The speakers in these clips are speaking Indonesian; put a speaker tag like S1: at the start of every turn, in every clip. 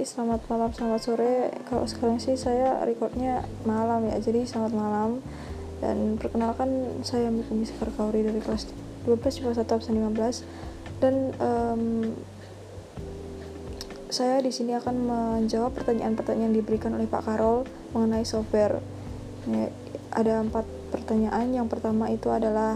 S1: selamat malam, selamat sore. Kalau sekarang sih saya recordnya malam ya, jadi selamat malam. Dan perkenalkan, saya Mikumi Sekar Kauri dari kelas 12 IPA 1 absen 15. Dan saya di sini akan menjawab pertanyaan-pertanyaan yang diberikan oleh Pak Karol mengenai software. Ya, ada 4 pertanyaan. Yang pertama itu adalah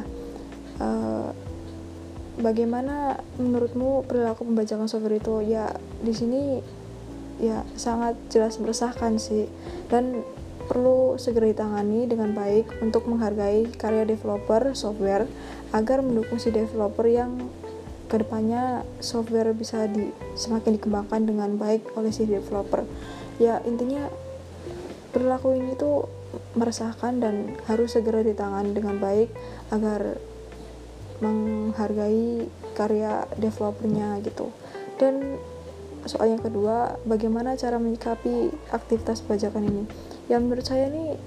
S1: bagaimana menurutmu perilaku pembajakan software itu? Ya, di sini ya sangat jelas meresahkan sih, dan perlu segera ditangani dengan baik untuk menghargai karya developer software agar mendukung si developer yang kedepannya software bisa semakin dikembangkan dengan baik oleh si developer. Ya, intinya perilaku ini tuh meresahkan dan harus segera ditangani dengan baik agar menghargai karya developernya gitu. Dan soal yang kedua, bagaimana cara menyikapi aktivitas bajakan ini? Ya, menurut saya ini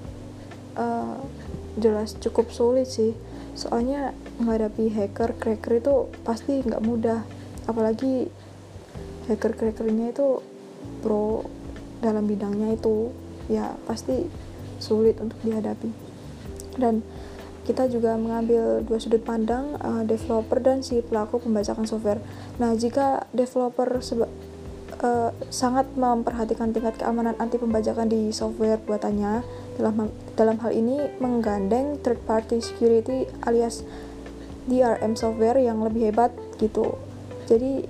S1: jelas cukup sulit sih, soalnya menghadapi hacker cracker itu pasti nggak mudah, apalagi hacker crackernya itu pro dalam bidangnya itu, ya pasti sulit untuk dihadapi. Dan kita juga mengambil dua sudut pandang, developer dan si pelaku pembajakan software. Nah, jika developer sangat memperhatikan tingkat keamanan anti pembajakan di software buatannya, dalam hal ini menggandeng third party security alias DRM software yang lebih hebat gitu. Jadi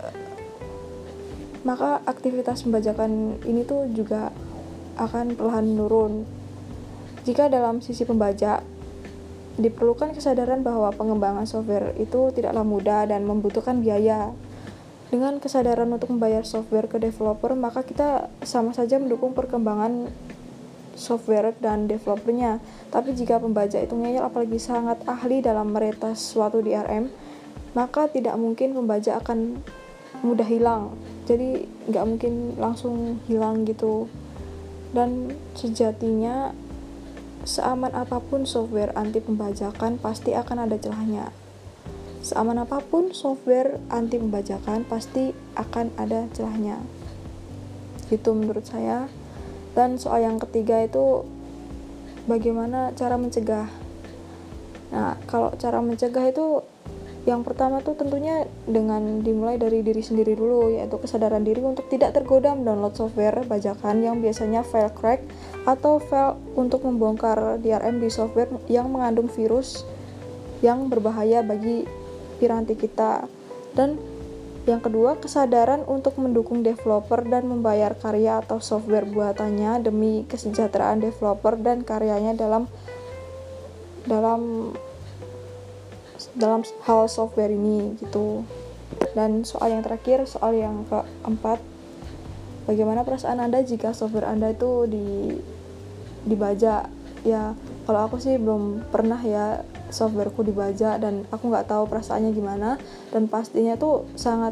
S1: maka aktivitas pembajakan ini tuh juga akan perlahan menurun. Jika dalam sisi pembajak diperlukan kesadaran bahwa pengembangan software itu tidaklah mudah dan membutuhkan biaya. Dengan kesadaran untuk membayar software ke developer, maka kita sama saja mendukung perkembangan software dan developernya. Tapi jika pembajak itu ngeyel, apalagi sangat ahli dalam meretas suatu DRM, maka tidak mungkin pembajak akan mudah hilang. Jadi nggak mungkin langsung hilang gitu. Dan sejatinya seaman apapun software anti pembajakan pasti akan ada celahnya. Seaman apapun software anti pembajakan pasti akan ada celahnya. Gitu menurut saya. Dan soal yang ketiga itu bagaimana cara mencegah. Nah, kalau cara mencegah itu yang pertama tuh tentunya dengan dimulai dari diri sendiri dulu, yaitu kesadaran diri untuk tidak tergoda mendownload software bajakan yang biasanya file crack atau file untuk membongkar DRM di software yang mengandung virus yang berbahaya bagi piranti kita. Dan yang kedua, kesadaran untuk mendukung developer dan membayar karya atau software buatannya demi kesejahteraan developer dan karyanya dalam hal software ini gitu. Dan soal yang terakhir, soal yang keempat, bagaimana perasaan Anda jika software Anda itu dibajak? Ya, kalau aku sih belum pernah ya softwareku dibajak, dan aku nggak tahu perasaannya gimana, dan pastinya tuh sangat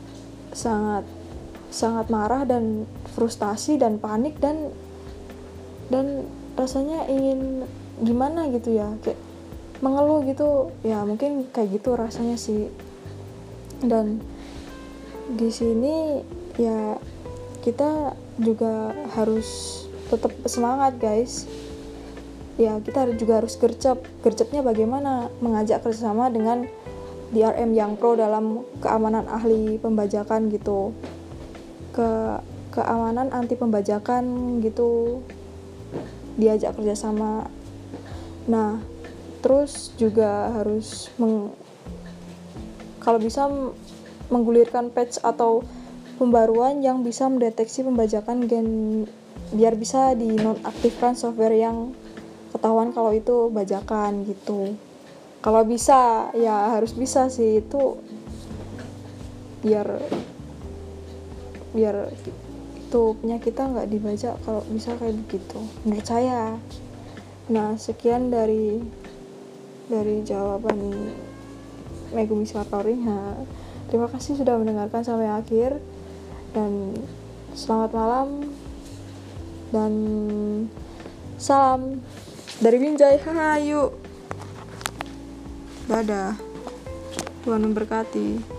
S1: marah dan frustasi dan panik dan rasanya ingin gimana gitu ya, kayak mengeluh gitu ya, mungkin kayak gitu rasanya sih. Dan di sini ya kita juga harus tetap semangat guys ya, kita juga harus gercepnya bagaimana mengajak kerjasama dengan DRM yang pro dalam keamanan ahli pembajakan gitu, keamanan anti pembajakan gitu, diajak kerjasama. Nah, terus juga harus kalau bisa menggulirkan patch atau pembaruan yang bisa mendeteksi pembajakan biar bisa dinonaktifkan software yang ketahuan kalau itu bajakan gitu. Kalau bisa ya harus bisa sih itu, biar itu punya kita nggak dibajak kalau bisa kayak begitu menurut saya. Nah, sekian dari jawaban Megumi Sekar Kauri. Terima kasih sudah mendengarkan sampai akhir, dan selamat malam dan salam dari Binjai. Hahayu, dadah, Tuhan memberkati.